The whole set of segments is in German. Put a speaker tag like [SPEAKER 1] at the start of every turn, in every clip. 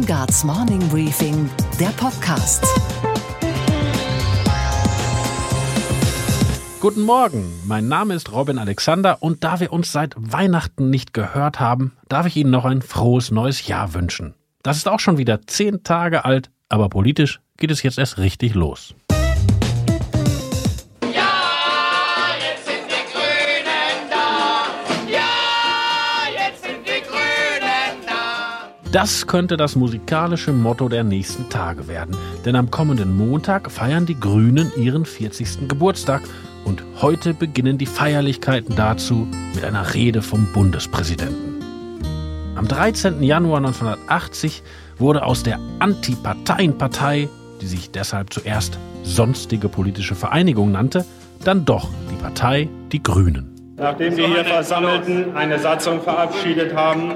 [SPEAKER 1] Weingarts Morning Briefing, der Podcast.
[SPEAKER 2] Guten Morgen, mein Name ist Robin Alexander und da wir uns seit Weihnachten nicht gehört haben, darf ich Ihnen noch ein frohes neues Jahr wünschen. Das ist auch schon wieder 10 Tage alt, aber politisch geht es jetzt erst richtig los. Das könnte das musikalische Motto der nächsten Tage werden. Denn am kommenden Montag feiern die Grünen ihren 40. Geburtstag. Und heute beginnen die Feierlichkeiten dazu mit einer Rede vom Bundespräsidenten. Am 13. Januar 1980 wurde aus der Antiparteienpartei, die sich deshalb zuerst Sonstige Politische Vereinigung nannte, dann doch die Partei Die Grünen.
[SPEAKER 3] Nachdem die hier Versammelten eine Satzung verabschiedet haben,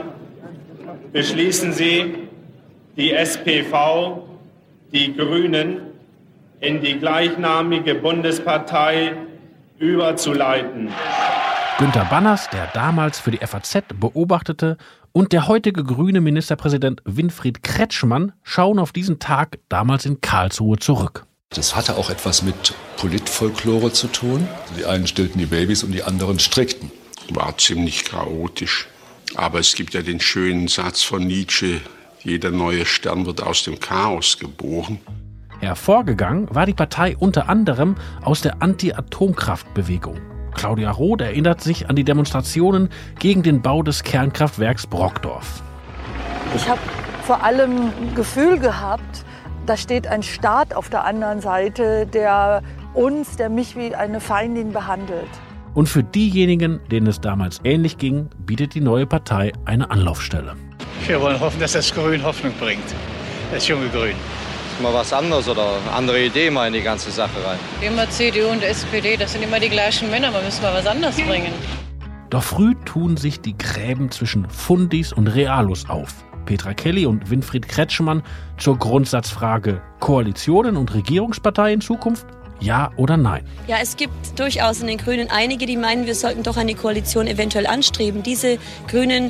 [SPEAKER 3] beschließen Sie, die SPV, die Grünen, in die gleichnamige Bundespartei überzuleiten.
[SPEAKER 2] Günter Banners, der damals für die FAZ beobachtete, und der heutige grüne Ministerpräsident Winfried Kretschmann schauen auf diesen Tag damals in Karlsruhe zurück.
[SPEAKER 4] Das hatte auch etwas mit Politfolklore zu tun. Die einen stillten die Babys und die anderen strickten.
[SPEAKER 5] War ziemlich chaotisch. Aber es gibt ja den schönen Satz von Nietzsche, jeder neue Stern wird aus dem Chaos geboren.
[SPEAKER 2] Hervorgegangen war die Partei unter anderem aus der Anti-Atomkraftbewegung. Claudia Roth erinnert sich an die Demonstrationen gegen den Bau des Kernkraftwerks Brokdorf.
[SPEAKER 6] Ich habe vor allem ein Gefühl gehabt, da steht ein Staat auf der anderen Seite, der mich wie eine Feindin behandelt.
[SPEAKER 2] Und für diejenigen, denen es damals ähnlich ging, bietet die neue Partei eine Anlaufstelle.
[SPEAKER 7] Wir wollen hoffen, dass das Grün Hoffnung bringt, das junge Grün.
[SPEAKER 8] Mal was anderes oder eine andere Idee mal in die ganze Sache rein.
[SPEAKER 9] Immer CDU und SPD, das sind immer die gleichen Männer, wir müssen mal was anderes bringen.
[SPEAKER 2] Doch früh tun sich die Gräben zwischen Fundis und Realos auf. Petra Kelly und Winfried Kretschmann zur Grundsatzfrage Koalitionen und Regierungspartei in Zukunft? Ja oder nein?
[SPEAKER 10] Ja, es gibt durchaus in den Grünen einige, die meinen, wir sollten doch eine Koalition eventuell anstreben. Diese grünen,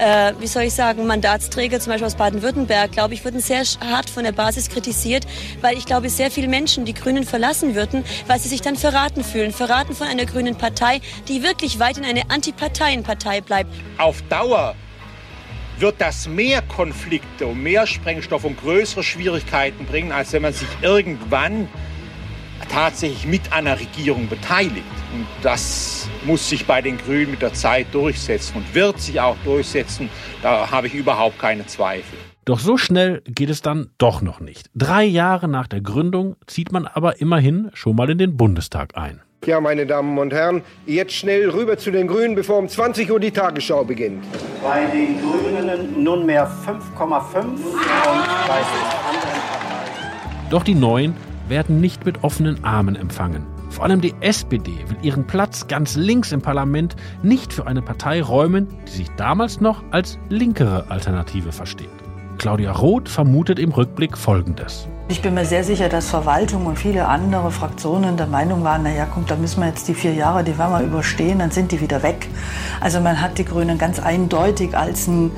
[SPEAKER 10] Mandatsträger, zum Beispiel aus Baden-Württemberg, glaube ich, wurden sehr hart von der Basis kritisiert, weil ich glaube, sehr viele Menschen die Grünen verlassen würden, weil sie sich dann verraten fühlen. Verraten von einer grünen Partei, die wirklich weiterhin eine Antiparteienpartei bleibt.
[SPEAKER 7] Auf Dauer wird das mehr Konflikte und mehr Sprengstoff und größere Schwierigkeiten bringen, als wenn man sich irgendwann tatsächlich mit einer Regierung beteiligt. Und das muss sich bei den Grünen mit der Zeit durchsetzen und wird sich auch durchsetzen. Da habe ich überhaupt keine Zweifel.
[SPEAKER 2] Doch so schnell geht es dann doch noch nicht. 3 Jahre nach der Gründung zieht man aber immerhin schon mal in den Bundestag ein.
[SPEAKER 11] Ja, meine Damen und Herren, jetzt schnell rüber zu den Grünen, bevor um 20 Uhr die Tagesschau beginnt.
[SPEAKER 12] Bei den Grünen nunmehr 5,5 und bei den anderen Parteien.
[SPEAKER 2] Doch die Neuen werden nicht mit offenen Armen empfangen. Vor allem die SPD will ihren Platz ganz links im Parlament nicht für eine Partei räumen, die sich damals noch als linkere Alternative versteht. Claudia Roth vermutet im Rückblick Folgendes.
[SPEAKER 6] Ich bin mir sehr sicher, dass Verwaltung und viele andere Fraktionen der Meinung waren, da müssen wir jetzt die 4 Jahre, die werden wir überstehen, dann sind die wieder weg. Also man hat die Grünen ganz eindeutig als ein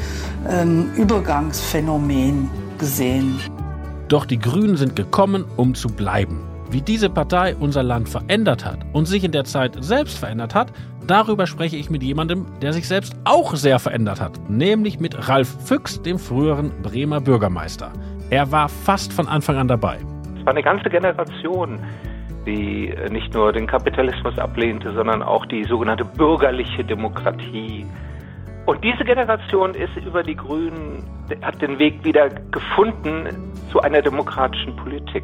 [SPEAKER 6] Übergangsphänomen gesehen.
[SPEAKER 2] Doch die Grünen sind gekommen, um zu bleiben. Wie diese Partei unser Land verändert hat und sich in der Zeit selbst verändert hat, darüber spreche ich mit jemandem, der sich selbst auch sehr verändert hat, nämlich mit Ralf Füchs, dem früheren Bremer Bürgermeister. Er war fast von Anfang an dabei.
[SPEAKER 13] Es war eine ganze Generation, die nicht nur den Kapitalismus ablehnte, sondern auch die sogenannte bürgerliche Demokratie. Und diese Generation ist über die Grünen, hat den Weg wieder gefunden zu einer demokratischen Politik.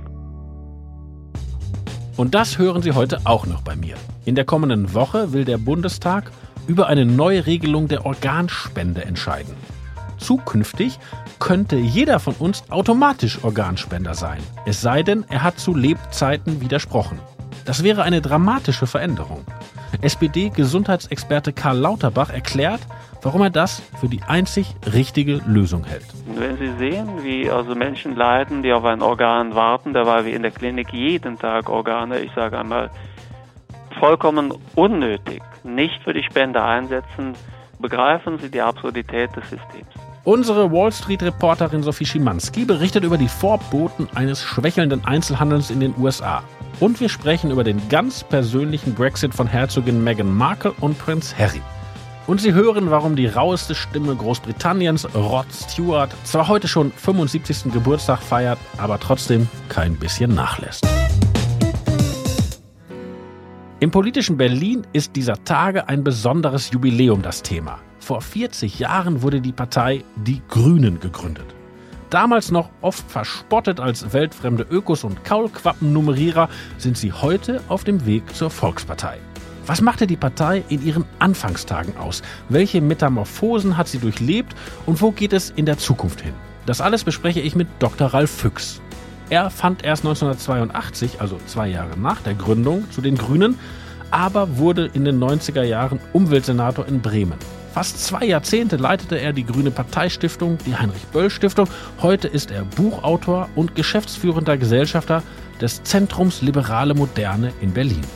[SPEAKER 2] Und das hören Sie heute auch noch bei mir. In der kommenden Woche will der Bundestag über eine neue Regelung der Organspende entscheiden. Zukünftig könnte jeder von uns automatisch Organspender sein. Es sei denn, er hat zu Lebzeiten widersprochen. Das wäre eine dramatische Veränderung. SPD-Gesundheitsexperte Karl Lauterbach erklärt, warum er das für die einzig richtige Lösung hält.
[SPEAKER 14] Wenn Sie sehen, wie Menschen leiden, die auf ein Organ warten, dabei wie in der Klinik jeden Tag Organe, ich sage einmal, vollkommen unnötig, nicht für die Spende einsetzen, begreifen Sie die Absurdität des Systems.
[SPEAKER 2] Unsere Wall-Street-Reporterin Sophie Schimanski berichtet über die Vorboten eines schwächelnden Einzelhandels in den USA. Und wir sprechen über den ganz persönlichen Brexit von Herzogin Meghan Markle und Prinz Harry. Und Sie hören, warum die raueste Stimme Großbritanniens, Rod Stewart, zwar heute schon 75. Geburtstag feiert, aber trotzdem kein bisschen nachlässt. Im politischen Berlin ist dieser Tage ein besonderes Jubiläum das Thema. Vor 40 Jahren wurde die Partei Die Grünen gegründet. Damals noch oft verspottet als weltfremde Ökos und Kaulquappennummerierer, sind sie heute auf dem Weg zur Volkspartei. Was machte die Partei in ihren Anfangstagen aus? Welche Metamorphosen hat sie durchlebt und wo geht es in der Zukunft hin? Das alles bespreche ich mit Dr. Ralf Füchs. Er fand erst 1982, also 2 Jahre nach der Gründung, zu den Grünen, aber wurde in den 90er Jahren Umweltsenator in Bremen. Fast 2 Jahrzehnte leitete er die Grüne Parteistiftung, die Heinrich-Böll-Stiftung. Heute ist er Buchautor und geschäftsführender Gesellschafter des Zentrums Liberale Moderne in Berlin.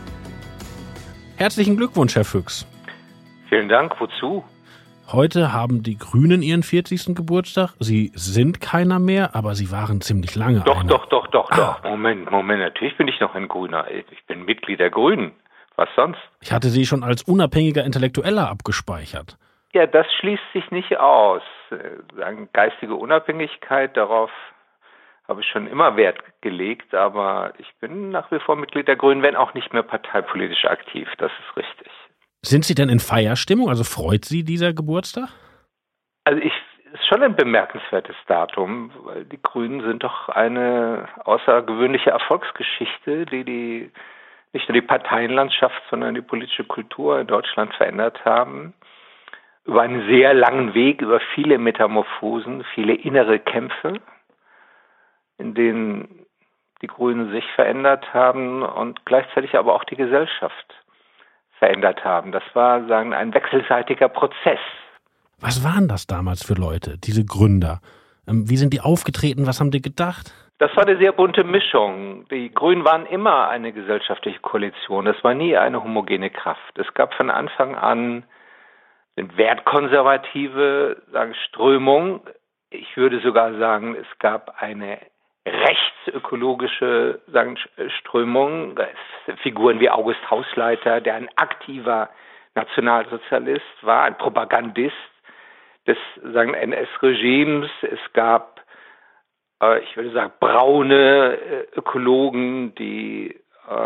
[SPEAKER 2] Herzlichen Glückwunsch, Herr Füchs.
[SPEAKER 13] Vielen Dank. Wozu?
[SPEAKER 2] Heute haben die Grünen ihren 40. Geburtstag. Sie sind keiner mehr, aber sie waren ziemlich lange
[SPEAKER 13] Doch.
[SPEAKER 2] Ah.
[SPEAKER 13] Moment. Natürlich bin ich noch ein Grüner. Ich bin Mitglied der Grünen. Was sonst?
[SPEAKER 2] Ich hatte Sie schon als unabhängiger Intellektueller abgespeichert.
[SPEAKER 13] Ja, das schließt sich nicht aus. Geistige Unabhängigkeit, darauf habe ich schon immer Wert gelegt, aber ich bin nach wie vor Mitglied der Grünen, wenn auch nicht mehr parteipolitisch aktiv, das ist richtig.
[SPEAKER 2] Sind Sie denn in Feierstimmung? Also freut Sie dieser Geburtstag?
[SPEAKER 13] Also ist schon ein bemerkenswertes Datum, weil die Grünen sind doch eine außergewöhnliche Erfolgsgeschichte, die nicht nur die Parteienlandschaft, sondern die politische Kultur in Deutschland verändert haben. Über einen sehr langen Weg, über viele Metamorphosen, viele innere Kämpfe, in denen die Grünen sich verändert haben und gleichzeitig aber auch die Gesellschaft verändert haben. Das war, ein wechselseitiger Prozess.
[SPEAKER 2] Was waren das damals für Leute, diese Gründer? Wie sind die aufgetreten? Was haben die gedacht?
[SPEAKER 13] Das war eine sehr bunte Mischung. Die Grünen waren immer eine gesellschaftliche Koalition. Das war nie eine homogene Kraft. Es gab von Anfang an eine wertkonservative Strömung. Ich würde sogar sagen, es gab eine rechtsökologische Strömung. Figuren wie August Hausleiter, der ein aktiver Nationalsozialist war, ein Propagandist des NS-Regimes. Es gab, ich würde sagen, braune Ökologen, die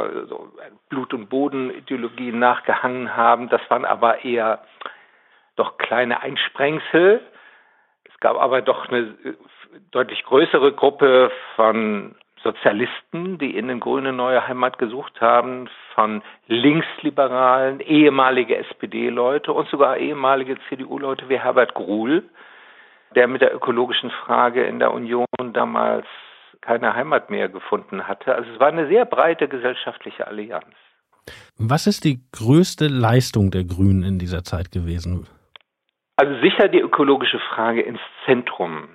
[SPEAKER 13] Blut- und Bodenideologien nachgehangen haben. Das waren aber eher doch kleine Einsprengsel. Es gab aber doch eine deutlich größere Gruppe von Sozialisten, die in den Grünen neue Heimat gesucht haben, von Linksliberalen, ehemalige SPD-Leute und sogar ehemalige CDU-Leute wie Herbert Gruhl, der mit der ökologischen Frage in der Union damals keine Heimat mehr gefunden hatte. Also es war eine sehr breite gesellschaftliche Allianz.
[SPEAKER 2] Was ist die größte Leistung der Grünen in dieser Zeit gewesen?
[SPEAKER 13] Also sicher die ökologische Frage ins Zentrum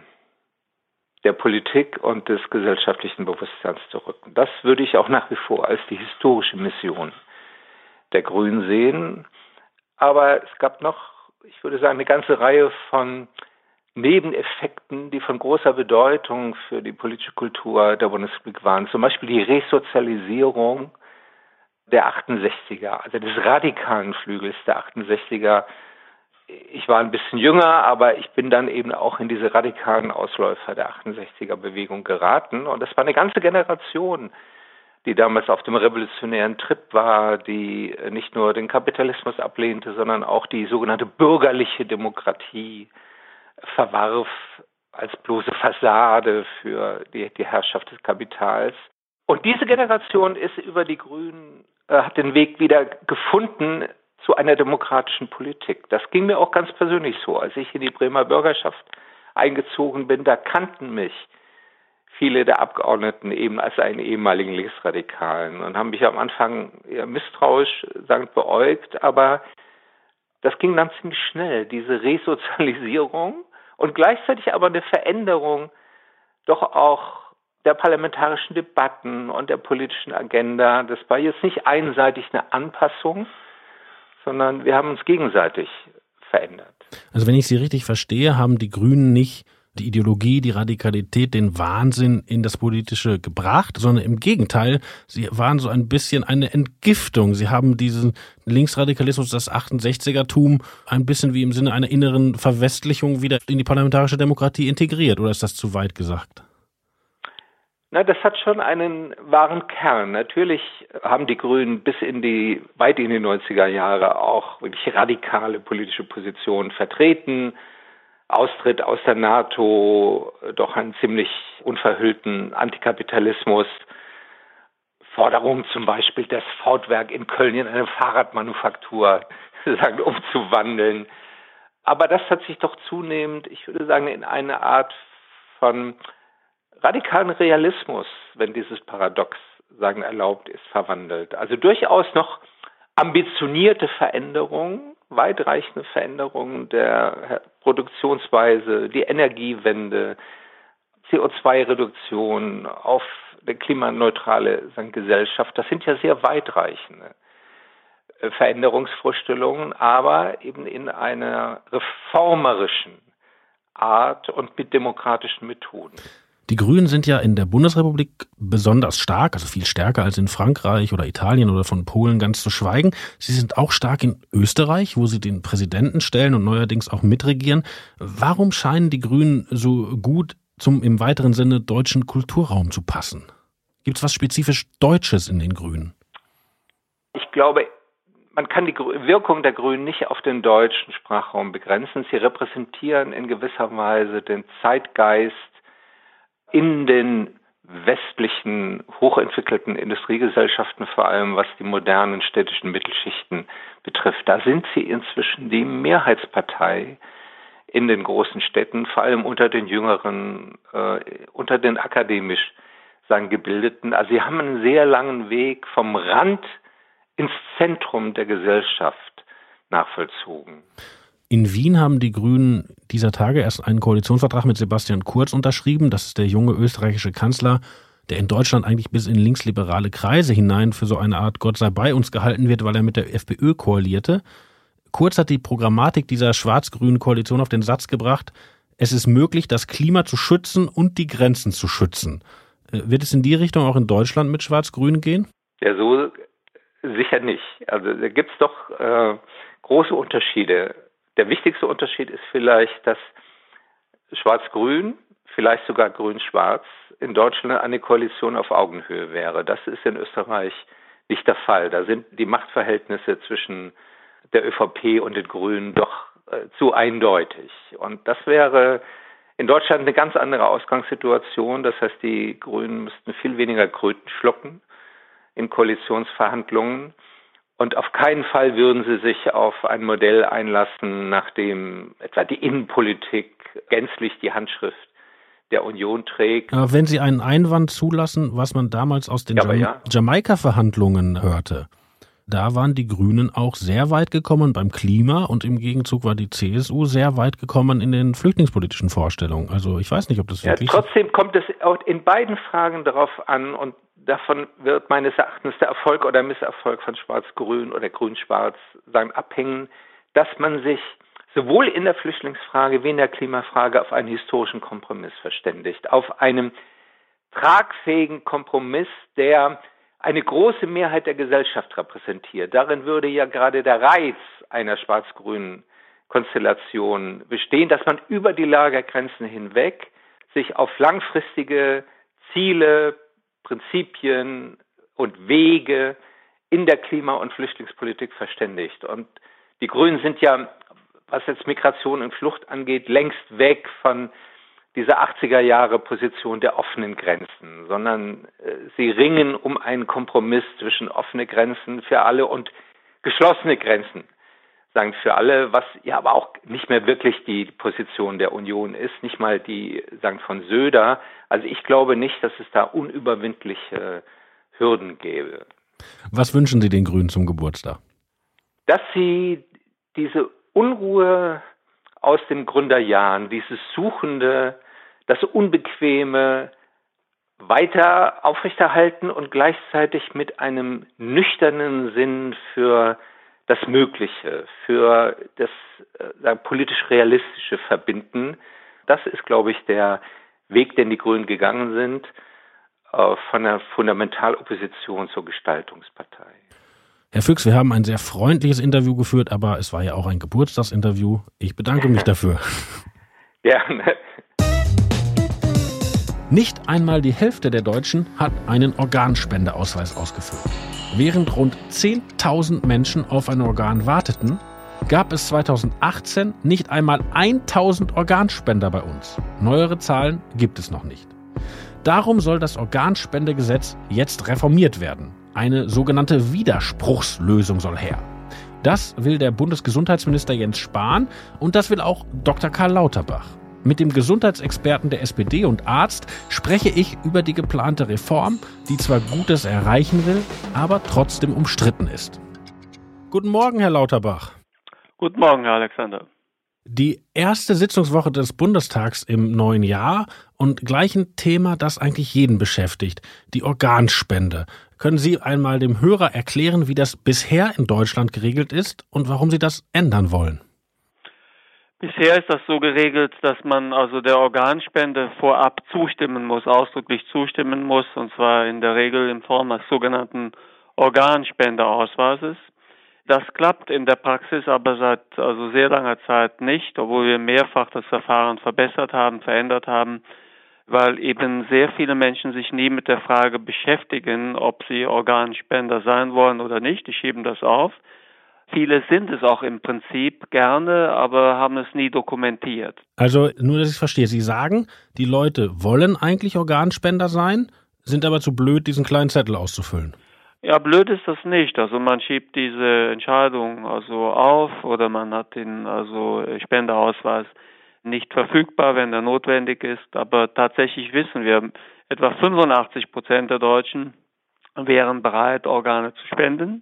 [SPEAKER 13] der Politik und des gesellschaftlichen Bewusstseins zu rücken. Das würde ich auch nach wie vor als die historische Mission der Grünen sehen. Aber es gab noch, ich würde sagen, eine ganze Reihe von Nebeneffekten, die von großer Bedeutung für die politische Kultur der Bundesrepublik waren. Zum Beispiel die Resozialisierung der 68er, also des radikalen Flügels der 68er. Ich war ein bisschen jünger, aber ich bin dann eben auch in diese radikalen Ausläufer der 68er-Bewegung geraten. Und das war eine ganze Generation, die damals auf dem revolutionären Trip war, die nicht nur den Kapitalismus ablehnte, sondern auch die sogenannte bürgerliche Demokratie verwarf als bloße Fassade für die Herrschaft des Kapitals. Und diese Generation ist über die Grünen, hat den Weg wieder gefunden zu einer demokratischen Politik. Das ging mir auch ganz persönlich so. Als ich in die Bremer Bürgerschaft eingezogen bin, da kannten mich viele der Abgeordneten eben als einen ehemaligen Linksradikalen und haben mich am Anfang eher misstrauisch beäugt, aber das ging dann ziemlich schnell, diese Resozialisierung und gleichzeitig aber eine Veränderung doch auch der parlamentarischen Debatten und der politischen Agenda. Das war jetzt nicht einseitig eine Anpassung, sondern wir haben uns gegenseitig verändert.
[SPEAKER 2] Also wenn ich Sie richtig verstehe, haben die Grünen nicht die Ideologie, die Radikalität, den Wahnsinn in das Politische gebracht, sondern im Gegenteil, sie waren so ein bisschen eine Entgiftung. Sie haben diesen Linksradikalismus, das 68er-Tum, ein bisschen wie im Sinne einer inneren Verwestlichung wieder in die parlamentarische Demokratie integriert. Oder ist das zu weit gesagt?
[SPEAKER 13] Na, das hat schon einen wahren Kern. Natürlich haben die Grünen weit in die 90er Jahre auch wirklich radikale politische Positionen vertreten. Austritt aus der NATO, doch einen ziemlich unverhüllten Antikapitalismus, Forderung zum Beispiel, das Ford-Werk in Köln in eine Fahrradmanufaktur umzuwandeln. Aber das hat sich doch zunehmend, ich würde sagen, in eine Art von radikalen Realismus, wenn dieses Paradox erlaubt ist, verwandelt. Also durchaus noch ambitionierte Veränderungen, weitreichende Veränderungen der Produktionsweise, die Energiewende, CO2-Reduktion auf eine klimaneutrale Gesellschaft. Das sind ja sehr weitreichende Veränderungsvorstellungen, aber eben in einer reformerischen Art und mit demokratischen Methoden.
[SPEAKER 2] Die Grünen sind ja in der Bundesrepublik besonders stark, also viel stärker als in Frankreich oder Italien oder von Polen ganz zu schweigen. Sie sind auch stark in Österreich, wo sie den Präsidenten stellen und neuerdings auch mitregieren. Warum scheinen die Grünen so gut zum im weiteren Sinne deutschen Kulturraum zu passen? Gibt es was spezifisch Deutsches in den Grünen?
[SPEAKER 13] Ich glaube, man kann die Wirkung der Grünen nicht auf den deutschen Sprachraum begrenzen. Sie repräsentieren in gewisser Weise den Zeitgeist in den westlichen, hochentwickelten Industriegesellschaften, vor allem was die modernen städtischen Mittelschichten betrifft. Da sind sie inzwischen die Mehrheitspartei in den großen Städten, vor allem unter den Jüngeren, unter den akademisch Gebildeten. Also sie haben einen sehr langen Weg vom Rand ins Zentrum der Gesellschaft nachvollzogen.
[SPEAKER 2] In Wien haben die Grünen dieser Tage erst einen Koalitionsvertrag mit Sebastian Kurz unterschrieben. Das ist der junge österreichische Kanzler, der in Deutschland eigentlich bis in linksliberale Kreise hinein für so eine Art Gott sei bei uns gehalten wird, weil er mit der FPÖ koalierte. Kurz hat die Programmatik dieser schwarz-grünen Koalition auf den Satz gebracht, es ist möglich, das Klima zu schützen und die Grenzen zu schützen. Wird es in die Richtung auch in Deutschland mit Schwarz-Grün gehen?
[SPEAKER 13] Ja, so sicher nicht. Also da gibt es doch große Unterschiede. Der wichtigste Unterschied ist vielleicht, dass Schwarz-Grün, vielleicht sogar Grün-Schwarz, in Deutschland eine Koalition auf Augenhöhe wäre. Das ist in Österreich nicht der Fall. Da sind die Machtverhältnisse zwischen der ÖVP und den Grünen doch zu eindeutig. Und das wäre in Deutschland eine ganz andere Ausgangssituation. Das heißt, die Grünen müssten viel weniger Kröten schlucken in Koalitionsverhandlungen. Und auf keinen Fall würden sie sich auf ein Modell einlassen, nachdem etwa die Innenpolitik gänzlich die Handschrift der Union trägt.
[SPEAKER 2] Aber wenn Sie einen Einwand zulassen, was man damals aus den Jamaika-Verhandlungen hörte, da waren die Grünen auch sehr weit gekommen beim Klima und im Gegenzug war die CSU sehr weit gekommen in den flüchtlingspolitischen Vorstellungen. Also ich weiß nicht, ob das wirklich...
[SPEAKER 13] Trotzdem kommt es auch in beiden Fragen darauf an und davon wird meines Erachtens der Erfolg oder Misserfolg von Schwarz-Grün oder Grün-Schwarz abhängen, dass man sich sowohl in der Flüchtlingsfrage wie in der Klimafrage auf einen historischen Kompromiss verständigt, auf einen tragfähigen Kompromiss, der eine große Mehrheit der Gesellschaft repräsentiert. Darin würde ja gerade der Reiz einer schwarz-grünen Konstellation bestehen, dass man über die Lagergrenzen hinweg sich auf langfristige Ziele, Prinzipien und Wege in der Klima- und Flüchtlingspolitik verständigt. Und die Grünen sind ja, was jetzt Migration und Flucht angeht, längst weg von dieser 80er-Jahre-Position der offenen Grenzen, sondern sie ringen um einen Kompromiss zwischen offene Grenzen für alle und geschlossene Grenzen, für alle, was ja aber auch nicht mehr wirklich die Position der Union ist, nicht mal die, von Söder. Also ich glaube nicht, dass es da unüberwindliche Hürden gäbe.
[SPEAKER 2] Was wünschen Sie den Grünen zum Geburtstag?
[SPEAKER 13] Dass sie diese Unruhe aus den Gründerjahren, dieses Suchende, das Unbequeme weiter aufrechterhalten und gleichzeitig mit einem nüchternen Sinn für das Mögliche, für das politisch realistische Verbinden. Das ist, glaube ich, der Weg, den die Grünen gegangen sind, von der Fundamentalopposition zur Gestaltungspartei.
[SPEAKER 2] Herr Füchs, wir haben ein sehr freundliches Interview geführt, aber es war ja auch ein Geburtstagsinterview. Ich bedanke mich dafür.
[SPEAKER 13] Gerne.
[SPEAKER 2] Nicht einmal die Hälfte der Deutschen hat einen Organspendeausweis ausgefüllt. Während rund 10.000 Menschen auf ein Organ warteten, gab es 2018 nicht einmal 1.000 Organspender bei uns. Neuere Zahlen gibt es noch nicht. Darum soll das Organspendegesetz jetzt reformiert werden. Eine sogenannte Widerspruchslösung soll her. Das will der Bundesgesundheitsminister Jens Spahn und das will auch Dr. Karl Lauterbach. Mit dem Gesundheitsexperten der SPD und Arzt spreche ich über die geplante Reform, die zwar Gutes erreichen will, aber trotzdem umstritten ist. Guten Morgen, Herr Lauterbach.
[SPEAKER 14] Guten Morgen, Herr Alexander.
[SPEAKER 2] Die erste Sitzungswoche des Bundestags im neuen Jahr und gleich ein Thema, das eigentlich jeden beschäftigt, die Organspende. Können Sie einmal dem Hörer erklären, wie das bisher in Deutschland geregelt ist und warum Sie das ändern wollen?
[SPEAKER 14] Bisher ist das so geregelt, dass man also der Organspende vorab zustimmen muss, ausdrücklich zustimmen muss, und zwar in der Regel in Form des sogenannten Organspendeausweises. Das klappt in der Praxis aber seit sehr langer Zeit nicht, obwohl wir mehrfach das Verfahren verbessert haben, verändert haben, weil eben sehr viele Menschen sich nie mit der Frage beschäftigen, ob sie Organspender sein wollen oder nicht. Die schieben das auf. Viele sind es auch im Prinzip gerne, aber haben es nie dokumentiert.
[SPEAKER 2] Also nur, dass ich es verstehe. Sie sagen, die Leute wollen eigentlich Organspender sein, sind aber zu blöd, diesen kleinen Zettel auszufüllen.
[SPEAKER 14] Ja, blöd ist das nicht. Also man schiebt diese Entscheidung auf oder man hat den Spendeausweis nicht verfügbar, wenn er notwendig ist. Aber tatsächlich wissen wir, etwa 85% der Deutschen wären bereit, Organe zu spenden.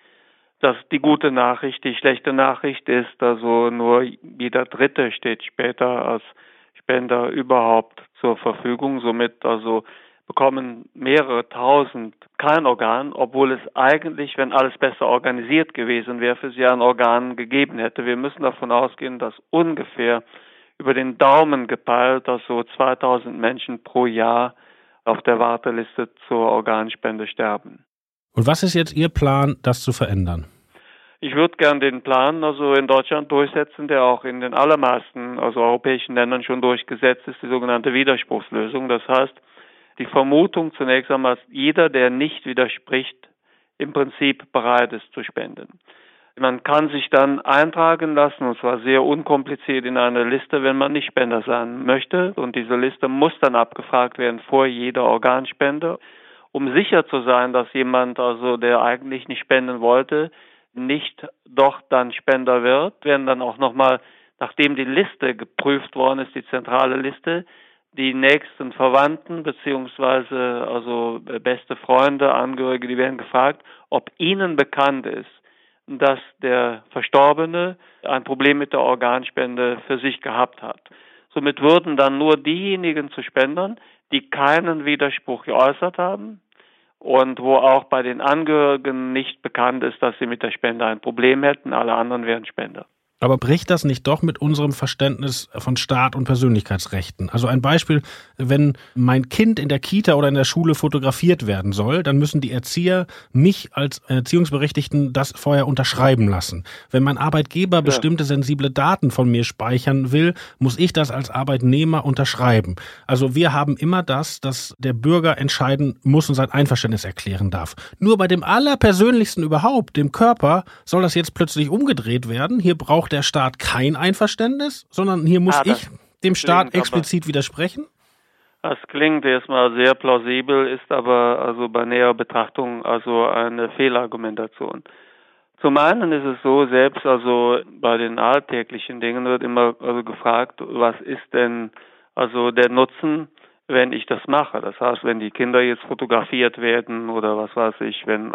[SPEAKER 14] Das ist die gute Nachricht. Die schlechte Nachricht ist, nur jeder Dritte steht später als Spender überhaupt zur Verfügung. Somit bekommen mehrere tausend kein Organ, obwohl es eigentlich, wenn alles besser organisiert gewesen wäre, für sie ein Organ gegeben hätte. Wir müssen davon ausgehen, dass ungefähr über den Daumen gepeilt, 2000 Menschen pro Jahr auf der Warteliste zur Organspende sterben.
[SPEAKER 2] Und was ist jetzt Ihr Plan, das zu verändern?
[SPEAKER 14] Ich würde gern den Plan in Deutschland durchsetzen, der auch in den allermeisten europäischen Ländern schon durchgesetzt ist, die sogenannte Widerspruchslösung. Das heißt, die Vermutung zunächst einmal, dass jeder, der nicht widerspricht, im Prinzip bereit ist zu spenden. Man kann sich dann eintragen lassen, und zwar sehr unkompliziert in eine Liste, wenn man nicht Spender sein möchte. Und diese Liste muss dann abgefragt werden vor jeder Organspende, um sicher zu sein, dass jemand, der eigentlich nicht spenden wollte, nicht doch dann Spender wird. Werden dann auch nochmal, nachdem die Liste geprüft worden ist, die zentrale Liste, die nächsten Verwandten beziehungsweise beste Freunde, Angehörige, die werden gefragt, ob ihnen bekannt ist, dass der Verstorbene ein Problem mit der Organspende für sich gehabt hat. Somit würden dann nur diejenigen zu Spendern, die keinen Widerspruch geäußert haben und wo auch bei den Angehörigen nicht bekannt ist, dass sie mit der Spende ein Problem hätten. Alle anderen wären Spender.
[SPEAKER 2] Aber bricht das nicht doch mit unserem Verständnis von Staat und Persönlichkeitsrechten? Also ein Beispiel, wenn mein Kind in der Kita oder in der Schule fotografiert werden soll, dann müssen die Erzieher mich als Erziehungsberechtigten das vorher unterschreiben lassen. Wenn mein Arbeitgeber bestimmte sensible Daten von mir speichern will, muss ich das als Arbeitnehmer unterschreiben. Also wir haben immer das, dass der Bürger entscheiden muss und sein Einverständnis erklären darf. Nur bei dem Allerpersönlichsten überhaupt, dem Körper, soll das jetzt plötzlich umgedreht werden. Hier braucht der Staat kein Einverständnis, sondern hier muss ich dem Staat explizit widersprechen?
[SPEAKER 14] Das klingt erstmal sehr plausibel, ist aber bei näherer Betrachtung eine Fehlargumentation. Zum einen ist es so, selbst bei den alltäglichen Dingen wird immer gefragt, was ist denn der Nutzen, wenn ich das mache? Das heißt, wenn die Kinder jetzt fotografiert werden oder was weiß ich, wenn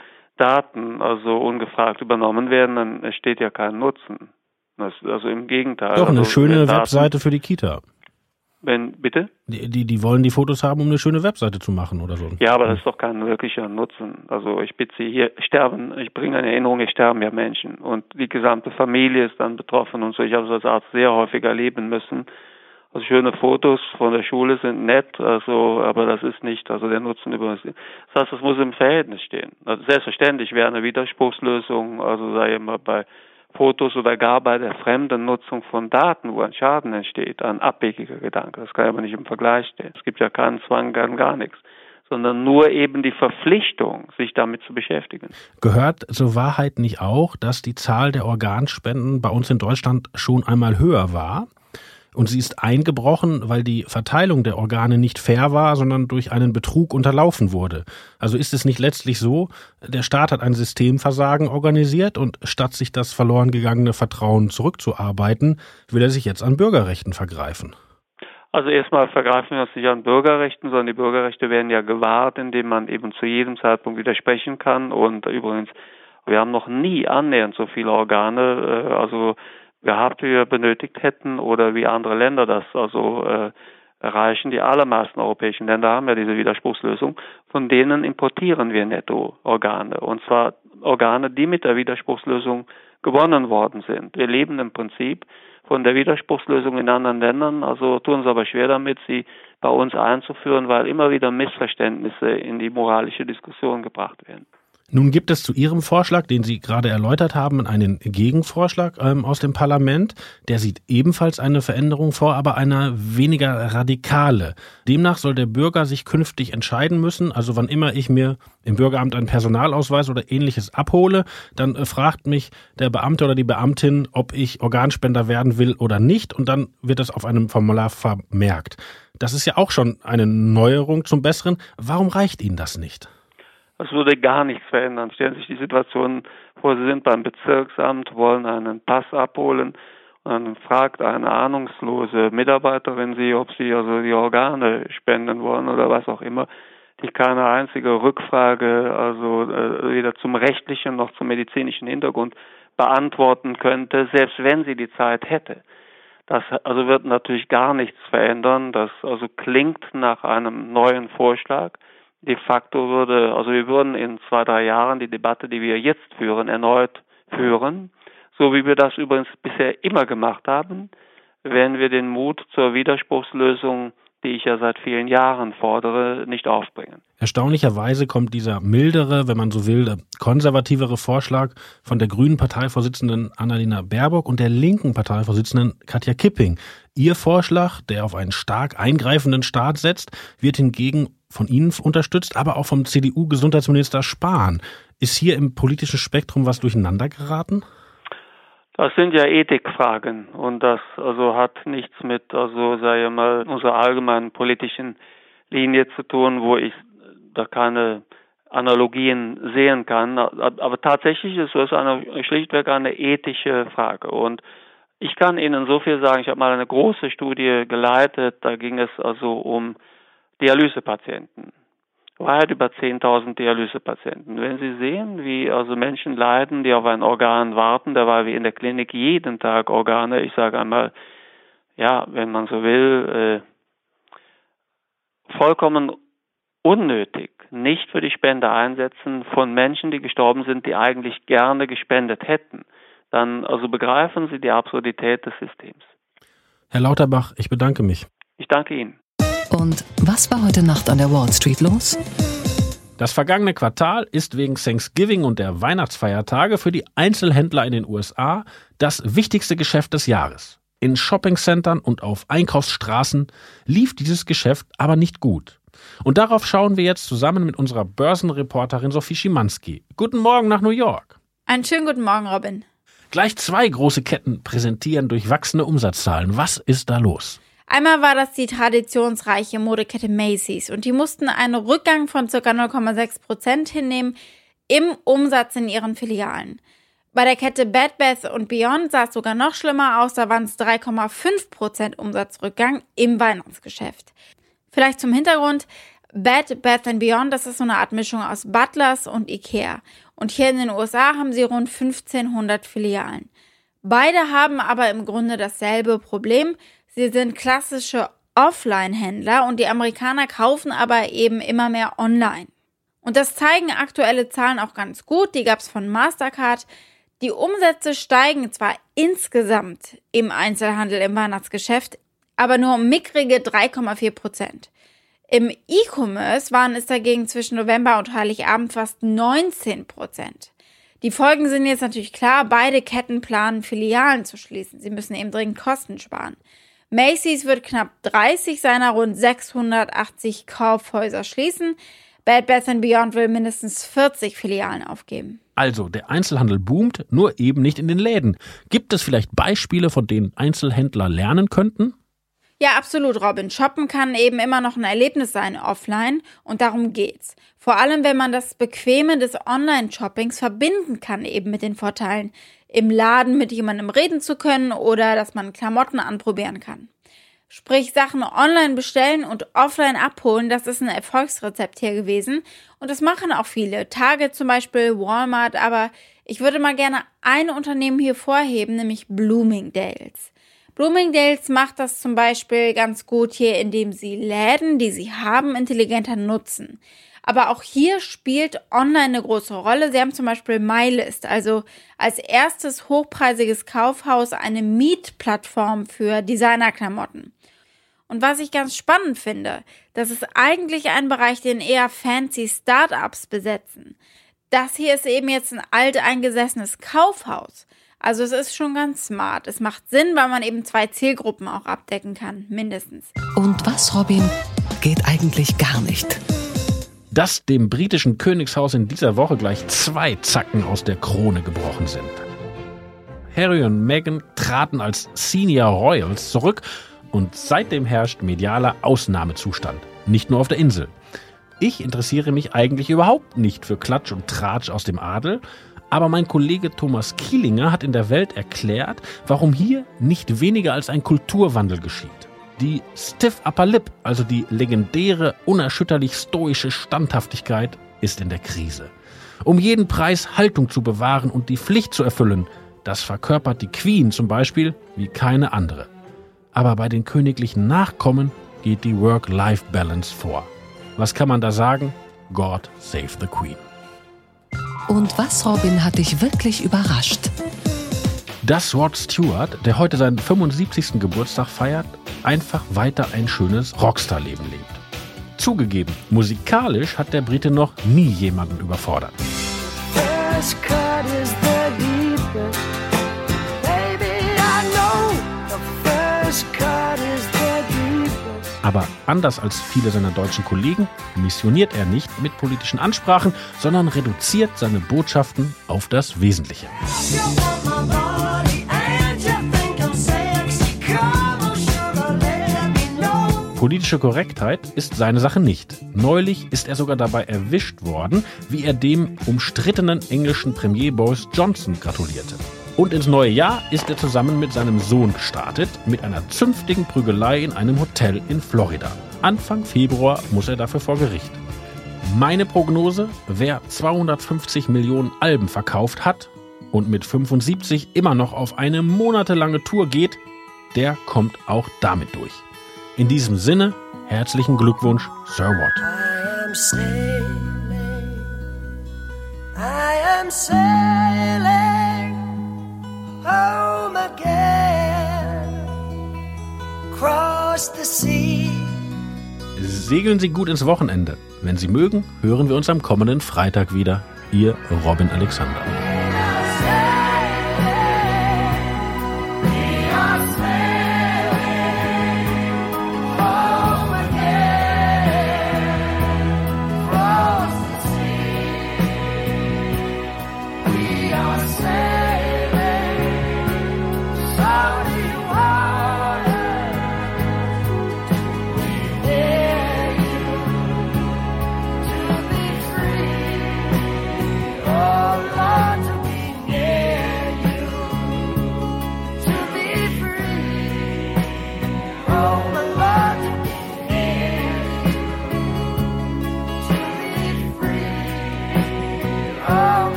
[SPEAKER 14] Daten ungefragt übernommen werden, dann entsteht ja kein Nutzen. Das, im Gegenteil.
[SPEAKER 2] Doch, eine schöne Webseite für die Kita.
[SPEAKER 14] Bitte?
[SPEAKER 2] Die wollen die Fotos haben, um eine schöne Webseite zu machen oder so.
[SPEAKER 14] Ja, aber das ist doch kein wirklicher Nutzen. Also ich bitte Sie, hier ich bringe eine Erinnerung, hier sterben ja Menschen und die gesamte Familie ist dann betroffen und so. Ich habe es als Arzt sehr häufig erleben müssen. Also schöne Fotos von der Schule sind nett, aber das ist nicht, der Nutzen übrigens. Das heißt, es muss im Verhältnis stehen. Also selbstverständlich wäre eine Widerspruchslösung, sei immer bei Fotos oder gar bei der fremden Nutzung von Daten, wo ein Schaden entsteht, ein abwegiger Gedanke. Das kann aber nicht im Vergleich stehen. Es gibt ja keinen Zwang, gar nichts, sondern nur eben die Verpflichtung, sich damit zu beschäftigen.
[SPEAKER 2] Gehört zur Wahrheit nicht auch, dass die Zahl der Organspenden bei uns in Deutschland schon einmal höher war? Und sie ist eingebrochen, weil die Verteilung der Organe nicht fair war, sondern durch einen Betrug unterlaufen wurde. Also ist es nicht letztlich so, der Staat hat ein Systemversagen organisiert und statt sich das verloren gegangene Vertrauen zurückzuarbeiten, will er sich jetzt an Bürgerrechten vergreifen.
[SPEAKER 14] Also erstmal vergreifen wir uns nicht an Bürgerrechten, sondern die Bürgerrechte werden ja gewahrt, indem man eben zu jedem Zeitpunkt widersprechen kann. Und übrigens, wir haben noch nie annähernd so viele Organe, gehabt, wie wir benötigt hätten oder wie andere Länder das erreichen. Die allermeisten europäischen Länder haben ja diese Widerspruchslösung, von denen importieren wir netto Organe. Und zwar Organe, die mit der Widerspruchslösung gewonnen worden sind. Wir leben im Prinzip von der Widerspruchslösung in anderen Ländern, tun uns aber schwer damit, sie bei uns einzuführen, weil immer wieder Missverständnisse in die moralische Diskussion gebracht werden.
[SPEAKER 2] Nun gibt es zu Ihrem Vorschlag, den Sie gerade erläutert haben, einen Gegenvorschlag aus dem Parlament. Der sieht ebenfalls eine Veränderung vor, aber eine weniger radikale. Demnach soll der Bürger sich künftig entscheiden müssen, also wann immer ich mir im Bürgeramt einen Personalausweis oder Ähnliches abhole, dann fragt mich der Beamte oder die Beamtin, ob ich Organspender werden will oder nicht, und dann wird das auf einem Formular vermerkt. Das ist ja auch schon eine Neuerung zum Besseren. Warum reicht Ihnen das nicht?
[SPEAKER 14] Es würde gar nichts verändern. Stellen Sie sich die Situation vor, Sie sind beim Bezirksamt, wollen einen Pass abholen und dann fragt eine ahnungslose Mitarbeiterin Sie, ob Sie die Organe spenden wollen oder was auch immer, die keine einzige Rückfrage, weder zum rechtlichen noch zum medizinischen Hintergrund beantworten könnte, selbst wenn sie die Zeit hätte. Das wird natürlich gar nichts verändern. Das klingt nach einem neuen Vorschlag. De facto wir würden in 2-3 Jahren die Debatte, die wir jetzt führen, erneut führen, so wie wir das übrigens bisher immer gemacht haben, wenn wir den Mut zur Widerspruchslösung, die ich ja seit vielen Jahren fordere, nicht aufbringen.
[SPEAKER 2] Erstaunlicherweise kommt dieser mildere, wenn man so will, konservativere Vorschlag von der grünen Parteivorsitzenden Annalena Baerbock und der linken Parteivorsitzenden Katja Kipping. Ihr Vorschlag, der auf einen stark eingreifenden Staat setzt, wird hingegen von Ihnen unterstützt, aber auch vom CDU-Gesundheitsminister Spahn. Ist hier im politischen Spektrum was durcheinander geraten?
[SPEAKER 14] Das sind ja Ethikfragen und das hat nichts mit unserer allgemeinen politischen Linie zu tun, wo ich da keine Analogien sehen kann. Aber tatsächlich ist es schlichtweg eine ethische Frage. Und ich kann Ihnen so viel sagen, ich habe mal eine große Studie geleitet, da ging es um Dialysepatienten. Weit über 10.000 Dialysepatienten. Wenn Sie sehen, wie Menschen leiden, die auf ein Organ warten, dabei wie in der Klinik jeden Tag Organe, ich sage einmal, wenn man so will, vollkommen unnötig, nicht für die Spende einsetzen von Menschen, die gestorben sind, die eigentlich gerne gespendet hätten, dann begreifen Sie die Absurdität des Systems.
[SPEAKER 2] Herr Lauterbach, ich bedanke mich.
[SPEAKER 14] Ich danke Ihnen.
[SPEAKER 1] Und was war heute Nacht an der Wall Street los?
[SPEAKER 2] Das vergangene Quartal ist wegen Thanksgiving und der Weihnachtsfeiertage für die Einzelhändler in den USA das wichtigste Geschäft des Jahres. In Shoppingcentern und auf Einkaufsstraßen lief dieses Geschäft aber nicht gut. Und darauf schauen wir jetzt zusammen mit unserer Börsenreporterin Sophie Schimanski. Guten Morgen nach New York.
[SPEAKER 15] Einen schönen guten Morgen, Robin.
[SPEAKER 2] Gleich 2 große Ketten präsentieren durchwachsene Umsatzzahlen. Was ist da los?
[SPEAKER 15] Einmal war das die traditionsreiche Modekette Macy's und die mussten einen Rückgang von ca. 0,6% hinnehmen im Umsatz in ihren Filialen. Bei der Kette Bed Bath & Beyond sah es sogar noch schlimmer aus, da waren es 3,5% Umsatzrückgang im Weihnachtsgeschäft. Vielleicht zum Hintergrund, Bed Bath & Beyond, das ist so eine Art Mischung aus Butlers und Ikea. Und hier in den USA haben sie rund 1500 Filialen. Beide haben aber im Grunde dasselbe Problem. Sie sind klassische Offline-Händler und die Amerikaner kaufen aber eben immer mehr online. Und das zeigen aktuelle Zahlen auch ganz gut, die gab es von Mastercard. Die Umsätze steigen zwar insgesamt im Einzelhandel im Weihnachtsgeschäft, aber nur um mickrige 3,4%. Im E-Commerce waren es dagegen zwischen November und Heiligabend fast 19%. Die Folgen sind jetzt natürlich klar, beide Ketten planen, Filialen zu schließen. Sie müssen eben dringend Kosten sparen. Macy's wird knapp 30 seiner rund 680 Kaufhäuser schließen. Bed Bath & Beyond will mindestens 40 Filialen aufgeben.
[SPEAKER 2] Also, der Einzelhandel boomt, nur eben nicht in den Läden. Gibt es vielleicht Beispiele, von denen Einzelhändler lernen könnten?
[SPEAKER 15] Ja, absolut, Robin. Shoppen kann eben immer noch ein Erlebnis sein offline und darum geht's. Vor allem, wenn man das Bequeme des Online-Shoppings verbinden kann eben mit den Vorteilen, im Laden mit jemandem reden zu können oder dass man Klamotten anprobieren kann. Sprich, Sachen online bestellen und offline abholen, das ist ein Erfolgsrezept hier gewesen. Und das machen auch viele. Target zum Beispiel, Walmart, aber ich würde mal gerne ein Unternehmen hier vorheben, nämlich Bloomingdale's. Bloomingdale's macht das zum Beispiel ganz gut hier, indem sie Läden, die sie haben, intelligenter nutzen. Aber auch hier spielt online eine große Rolle. Sie haben zum Beispiel MyList, also als erstes hochpreisiges Kaufhaus eine Mietplattform für Designerklamotten. Und was ich ganz spannend finde, das ist eigentlich ein Bereich, den eher fancy Startups besetzen. Das hier ist eben jetzt ein alteingesessenes Kaufhaus. Also es ist schon ganz smart. Es macht Sinn, weil man eben 2 Zielgruppen auch abdecken kann, mindestens.
[SPEAKER 1] Und was, Robin, geht eigentlich gar nicht?
[SPEAKER 2] Dass dem britischen Königshaus in dieser Woche gleich 2 Zacken aus der Krone gebrochen sind. Harry und Meghan traten als Senior Royals zurück und seitdem herrscht medialer Ausnahmezustand. Nicht nur auf der Insel. Ich interessiere mich eigentlich überhaupt nicht für Klatsch und Tratsch aus dem Adel, aber mein Kollege Thomas Kielinger hat in der Welt erklärt, warum hier nicht weniger als ein Kulturwandel geschieht. Die Stiff Upper Lip, also die legendäre, unerschütterlich stoische Standhaftigkeit, ist in der Krise. Um jeden Preis Haltung zu bewahren und die Pflicht zu erfüllen, das verkörpert die Queen zum Beispiel wie keine andere. Aber bei den königlichen Nachkommen geht die Work-Life-Balance vor. Was kann man da sagen? God save the Queen.
[SPEAKER 1] Und was, Robin, hat dich wirklich überrascht?
[SPEAKER 2] Dass Rod Stewart, der heute seinen 75. Geburtstag feiert, einfach weiter ein schönes Rockstar-Leben lebt. Zugegeben, musikalisch hat der Brite noch nie jemanden überfordert. Aber anders als viele seiner deutschen Kollegen missioniert er nicht mit politischen Ansprachen, sondern reduziert seine Botschaften auf das Wesentliche. Politische Korrektheit ist seine Sache nicht. Neulich ist er sogar dabei erwischt worden, wie er dem umstrittenen englischen Premier Boris Johnson gratulierte. Und ins neue Jahr ist er zusammen mit seinem Sohn gestartet, mit einer zünftigen Prügelei in einem Hotel in Florida. Anfang Februar muss er dafür vor Gericht. Meine Prognose, wer 250 Millionen Alben verkauft hat und mit 75 immer noch auf eine monatelange Tour geht, der kommt auch damit durch. In diesem Sinne, herzlichen Glückwunsch, Sir Watt.
[SPEAKER 16] I am sailing home again, across the sea.
[SPEAKER 2] Segeln Sie gut ins Wochenende. Wenn Sie mögen, hören wir uns am kommenden Freitag wieder. Ihr Robin Alexander.